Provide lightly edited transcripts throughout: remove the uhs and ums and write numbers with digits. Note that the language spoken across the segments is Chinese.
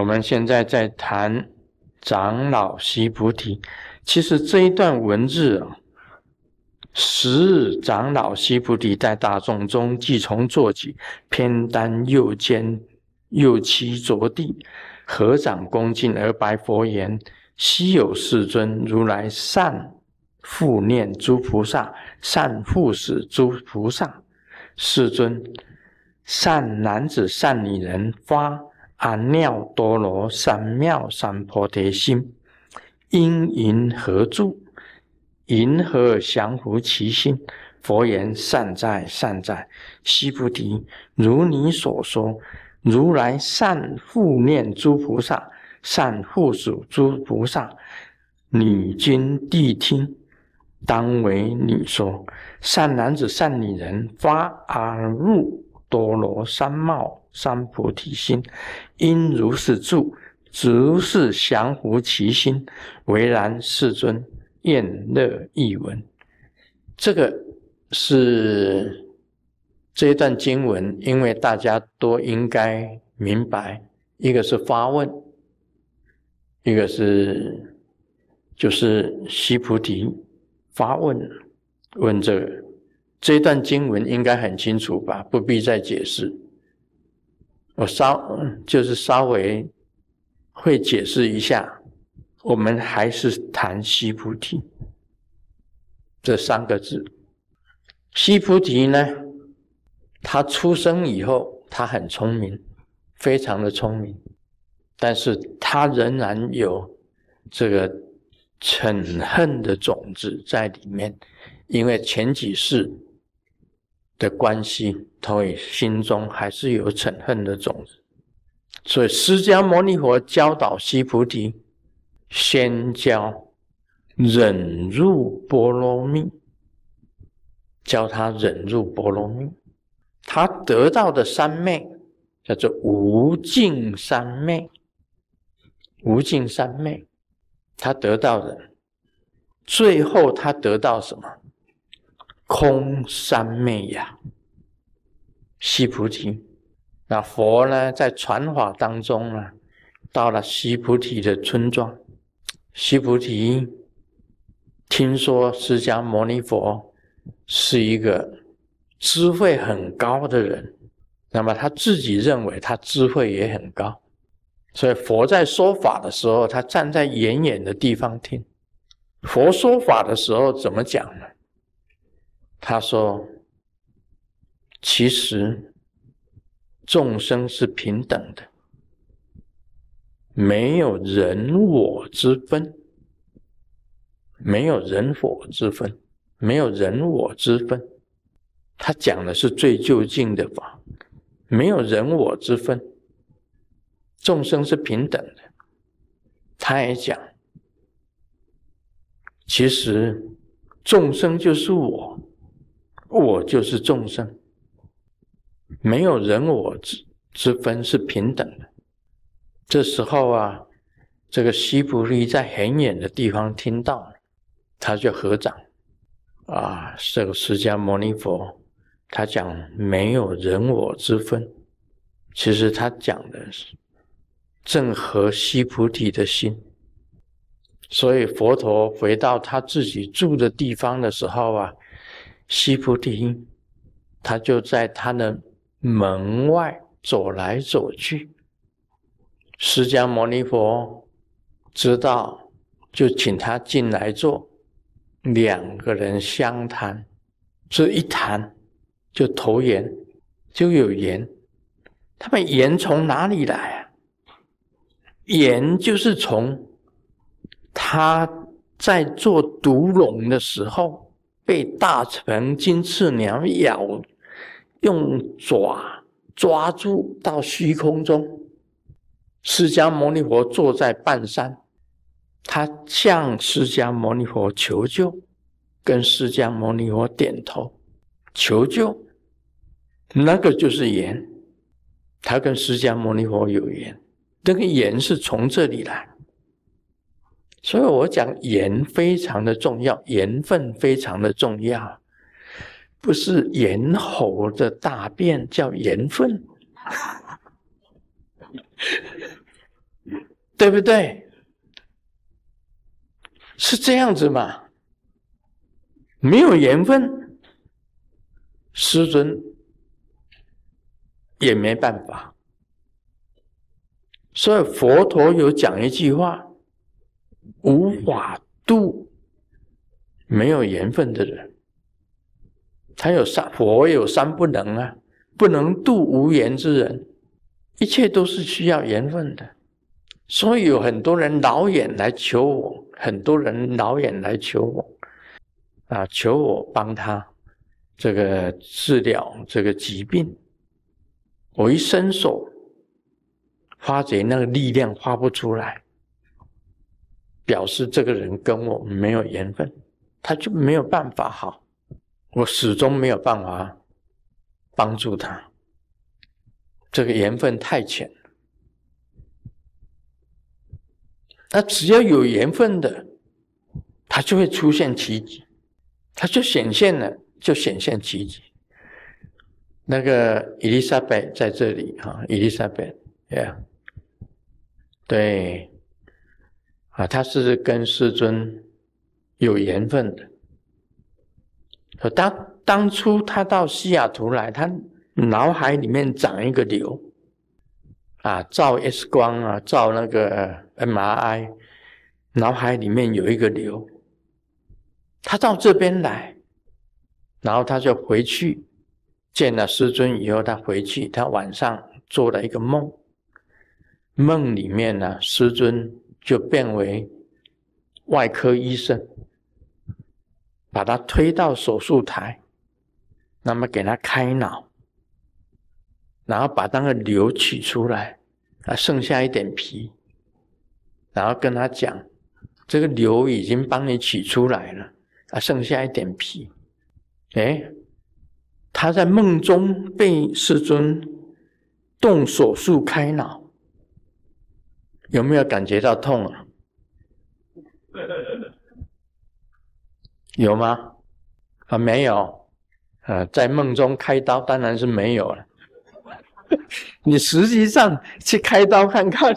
们现在在谈长老悉菩提，其实这一段文字时日长老悉菩提在大众中，即从坐起，偏担右肩，右膝着地，合掌恭敬而白佛言：昔有世尊，如来善复念诸菩萨，善护使诸菩萨。世尊，善男子善女人发阿耨多罗三藐三菩提心，因云何住？云何降伏其心？佛言：善哉，善哉，悉菩提，如你所说，如来善护念诸菩萨，善护使诸菩萨。女今谛听，当为你说。善男子善女人发阿耨多罗三藐三菩提心，因如是住，如是降伏其心。唯然，世尊，愿乐译文。这个是这一段经文，因为大家都应该明白，一个是发问，一个是就是悉菩提发问，问这一段经文应该很清楚吧，不必再解释。我稍微会解释一下，我们还是谈悉菩提这三个字。悉菩提呢，他出生以后，他很聪明，非常的聪明，但是他仍然有这个嗔恨的种子在里面，因为前几世的关系，所以心中还是有嗔恨的种子。所以释迦牟尼佛教导悉菩提，先教忍辱波罗蜜，教他忍辱波罗蜜。他得到的三昧叫做无尽三昧，无尽三昧他得到的，最后他得到什么？空三昧呀，悉菩提。那佛呢，在传法当中呢，到了悉菩提的村庄，悉菩提听说释迦牟尼佛是一个智慧很高的人，那么他自己认为他智慧也很高，所以佛在说法的时候，他站在远远的地方听。佛说法的时候怎么讲呢？他说，其实众生是平等的，没有人我之分，没有人我之分，没有人我之分。他讲的是最究竟的法，没有人我之分，众生是平等的。他也讲，其实众生就是我，我就是众生，没有人我之分，是平等的。这时候啊，这个悉菩提在很远的地方听到了，他就合掌啊，这个释迦牟尼佛他讲没有人我之分，其实他讲的是正合悉菩提的心。所以佛陀回到他自己住的地方的时候啊，悉菩提他就在他的门外走来走去。释迦牟尼佛知道，就请他进来坐，两个人相谈，这一谈就投缘，就有缘。他们缘从哪里来啊？缘就是从他在做毒龙的时候，被大鹏金翅鸟咬，用爪抓住到虚空中。释迦牟尼佛坐在半山，他向释迦牟尼佛求救，跟释迦牟尼佛点头求救，那个就是缘。他跟释迦牟尼佛有缘，那个缘是从这里来。所以我讲缘非常的重要，缘分非常的重要，不是猿猴的大便叫缘分。 对不对？是这样子嘛？没有缘分，师尊也没办法。所以佛陀有讲一句话：无法度没有缘分的人。佛有三不能啊，不能度无缘之人。一切都是需要缘分的。所以有很多人老远来求我，很多人老远来求我啊，求我帮他这个治疗这个疾病。我一伸手，发觉那个力量发不出来，表示这个人跟我没有缘分，他就没有办法好，我始终没有办法帮助他，这个缘分太浅了。那只要有缘分的，他就会出现奇迹，他就显现了，就显现奇迹。那个伊丽莎白在这里哈，伊丽莎白 ，yeah， 对，啊，他是跟师尊有缘分的。当初他到西雅图来，他脑海里面长一个瘤，啊，照 X 光啊，照那个 MRI， 脑海里面有一个瘤。他到这边来，然后他就回去见了师尊以后，他回去，他晚上做了一个梦，梦里面呢，师尊就变为外科医生，把他推到手术台，那么给他开脑，然后把那个瘤取出来，剩下一点皮，然后跟他讲，这个瘤已经帮你取出来了，剩下一点皮。他在梦中被师尊动手术开脑，有没有感觉到痛啊？有吗？没有。在梦中开刀当然是没有了。你实际上去开刀看看，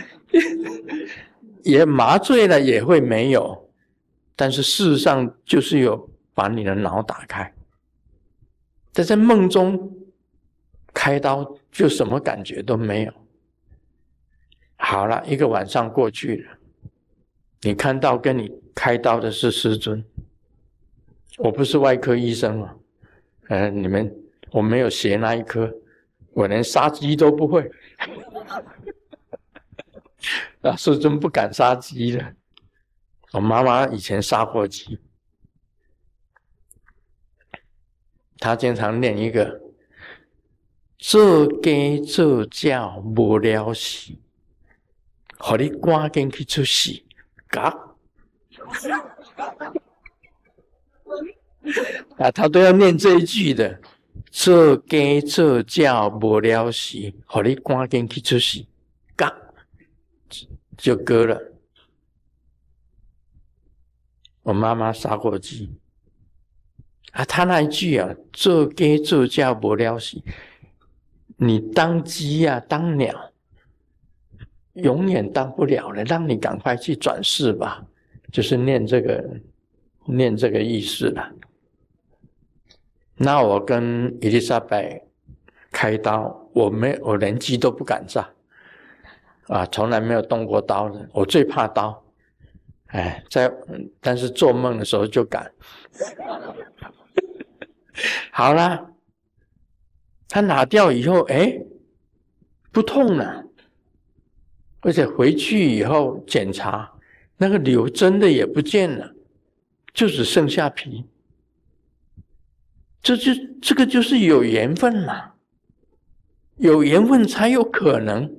也麻醉了也会没有，但是事实上就是有把你的脑打开。但在梦中开刀就什么感觉都没有。好了，一个晚上过去了，你看到跟你开刀的是师尊，我不是外科医生啊，我没有学那一科，我连杀鸡都不会。师尊不敢杀鸡的，我妈妈以前杀过鸡，她经常念一个做鸡做鸟无了事，给你赶紧去出事，他都要念这一句的，做鸡做鸟无了事，给你赶紧去出事，就割了。我妈妈杀过鸡，他那一句啊，做鸡做鸟无了事，你当鸡啊，当鸟，永远当不了了，让你赶快去转世吧，就是念这个意思了。那我跟伊丽莎白开刀，我连鸡都不敢杀，从来没有动过刀的，我最怕刀，但是做梦的时候就敢。好啦，他拿掉以后，不痛了，而且回去以后检查，那个瘤真的也不见了，就只剩下皮。这个就是有缘分嘛，有缘分才有可能，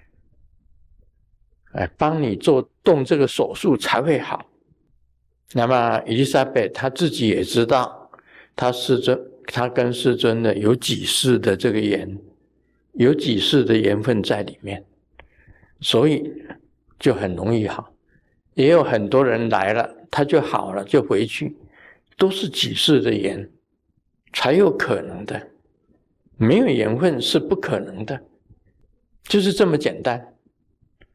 帮你动这个手术才会好。那么伊丽莎白她自己也知道，她跟师尊的有几世的这个缘，有几世的缘分在里面，所以就很容易好。也有很多人来了，他就好了，就回去，都是几世的缘才有可能的，没有缘分是不可能的，就是这么简单。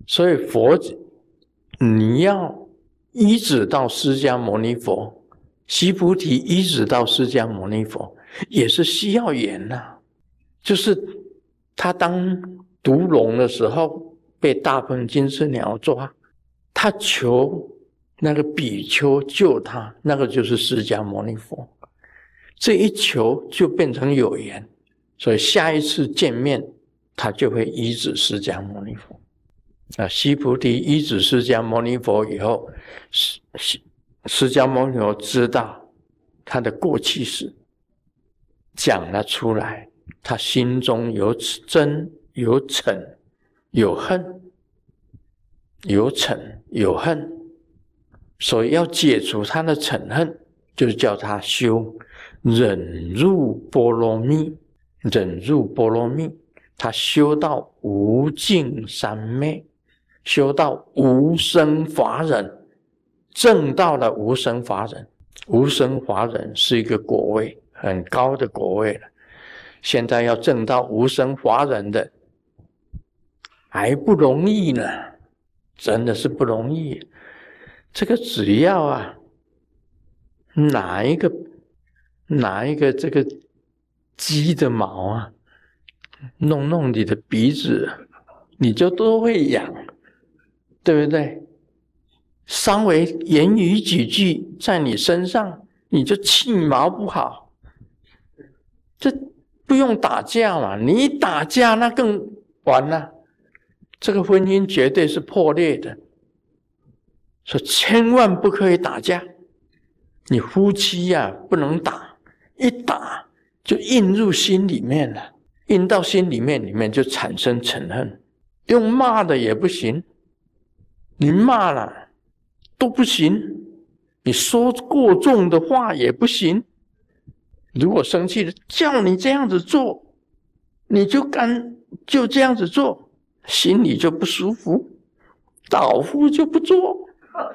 所以你要依止到释迦牟尼佛，须菩提依止到释迦牟尼佛，也是需要缘呐。就是他当毒龙的时候，被大鹏金翅鸟抓，他求那个比丘救他，那个就是释迦牟尼佛。这一求就变成有缘，所以下一次见面，他就会依止释迦牟尼佛。须菩提依止释迦牟尼佛以后，释迦牟尼佛知道他的过去史，讲了出来，他心中有嗔有嗔有恨，有嗔有恨，所以要解除他的嗔恨，就是叫他修忍辱波罗蜜。忍辱波罗蜜，他修到无尽三昧，修到无生法忍，证到了无生法忍。无生法忍是一个果位，很高的果位了。现在要证到无生法忍的还不容易呢，真的是不容易。这个只要哪一个这个鸡的毛弄你的鼻子，你就都会痒，对不对？稍微言语几句在你身上，你就气毛不好。这不用打架嘛，你一打架那更完了，这个婚姻绝对是破裂的。所以千万不可以打架，你夫妻不能打，一打就印入心里面了，印到心里面就产生嗔恨。用骂的也不行，你骂了都不行，你说过重的话也不行。如果生气了，叫你这样子做，你就这样子做，心里就不舒服，老夫就不做，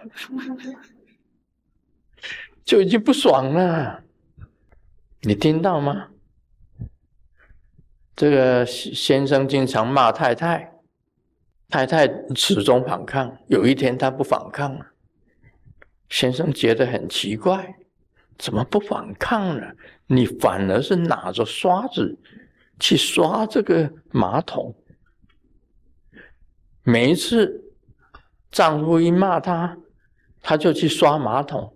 就已经不爽了。你听到吗？这个先生经常骂太太，太太始终反抗。有一天他不反抗了，先生觉得很奇怪，怎么不反抗呢？你反而是拿着刷子去刷这个马桶。每一次丈夫一骂他，他就去刷马桶。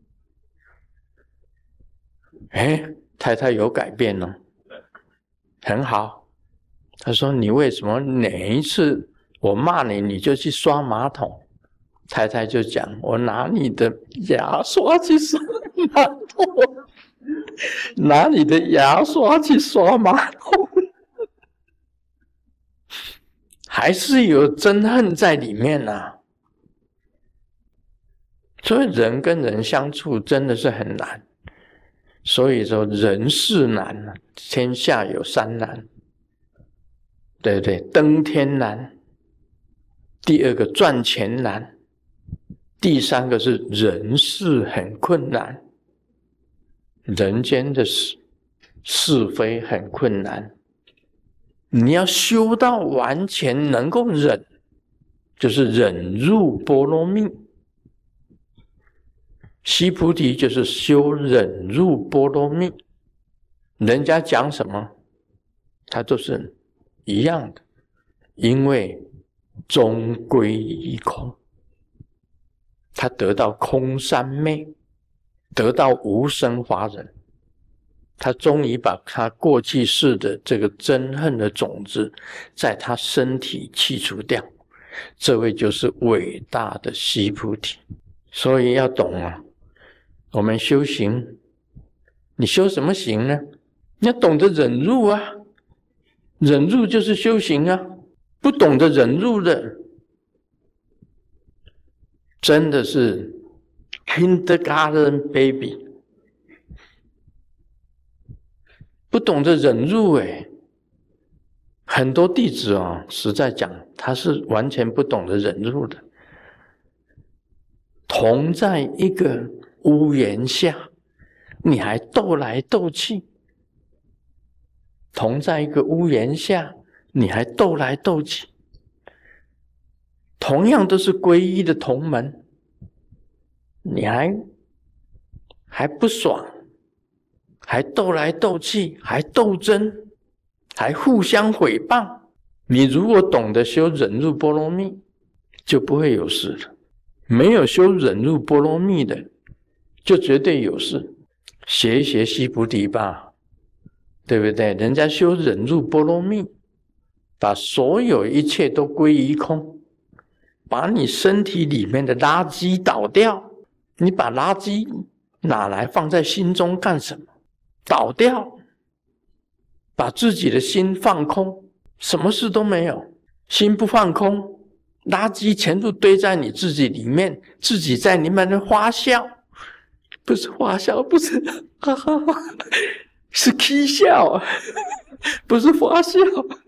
太太有改变了，很好。他说：“你为什么哪一次我骂你，你就去刷马桶？”太太就讲：“我拿你的牙刷去刷马桶，拿你的牙刷去刷马桶。”还是有憎恨在里面啊。所以人跟人相处真的是很难。所以说人事难，天下有三难，对不对？登天难，第二个赚钱难，第三个是人事很困难，人间的是非很困难。你要修到完全能够忍，就是忍辱波罗蜜。须菩提就是修忍辱波罗蜜，人家讲什么，他都是一样的，因为终归一空，他得到空三昧，得到无生法忍，他终于把他过去世的这个憎恨的种子在他身体去除掉，这位就是伟大的须菩提。所以要懂我们修行，你修什么行呢？你要懂得忍辱啊，忍辱就是修行啊。不懂得忍辱的，真的是 kindergarten baby。不懂得忍辱很多弟子实在讲，他是完全不懂得忍辱的。同在一个屋檐下，你还斗来斗去；同在一个屋檐下，你还斗来斗去。 同样都是皈依的同门，你还不爽，还斗来斗去，还斗争，还互相毁谤。你如果懂得修忍辱波罗蜜，就不会有事了。没有修忍辱波罗蜜的，就绝对有事。学一学须菩提吧，对不对？人家修忍辱波罗蜜，把所有一切都归于空，把你身体里面的垃圾倒掉。你把垃圾拿来放在心中干什么？倒掉，把自己的心放空，什么事都没有。心不放空，垃圾全部堆在你自己里面，自己在里面的发笑，不是发笑，不是哈哈哈，是嬉笑，不是发笑。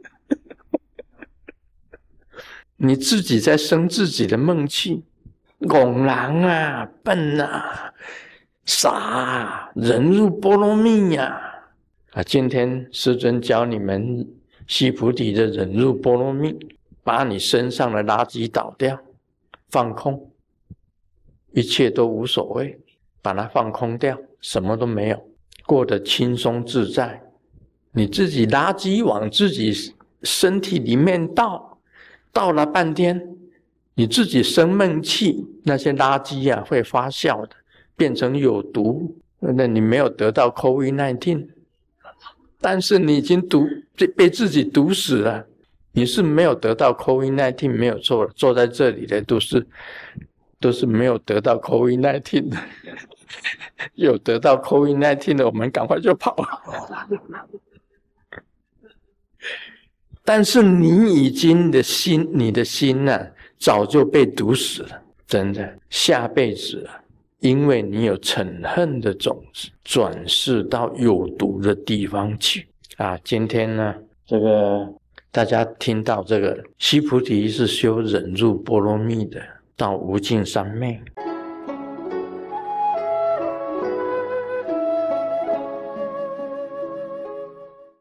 你自己在生自己的闷气，戆人啊，笨啊，傻啊，忍辱波罗蜜呀！今天师尊教你们须菩提的忍辱波罗蜜，把你身上的垃圾倒掉，放空，一切都无所谓，把它放空掉，什么都没有，过得轻松自在。你自己垃圾往自己身体里面倒了半天，你自己生闷气，那些垃圾啊会发酵的，变成有毒。那你没有得到 COVID-19， 但是你已经被自己毒死了。你是没有得到 COVID-19 没有错了，坐在这里的都是没有得到 COVID-19 的，有得到 COVID-19 的我们赶快就跑了。但是你的心啊，早就被毒死了，真的。下辈子啊，因为你有嗔恨的种子，转世到有毒的地方去啊。今天呢，这个大家听到这个须菩提是修忍辱波罗蜜的，到无尽三昧。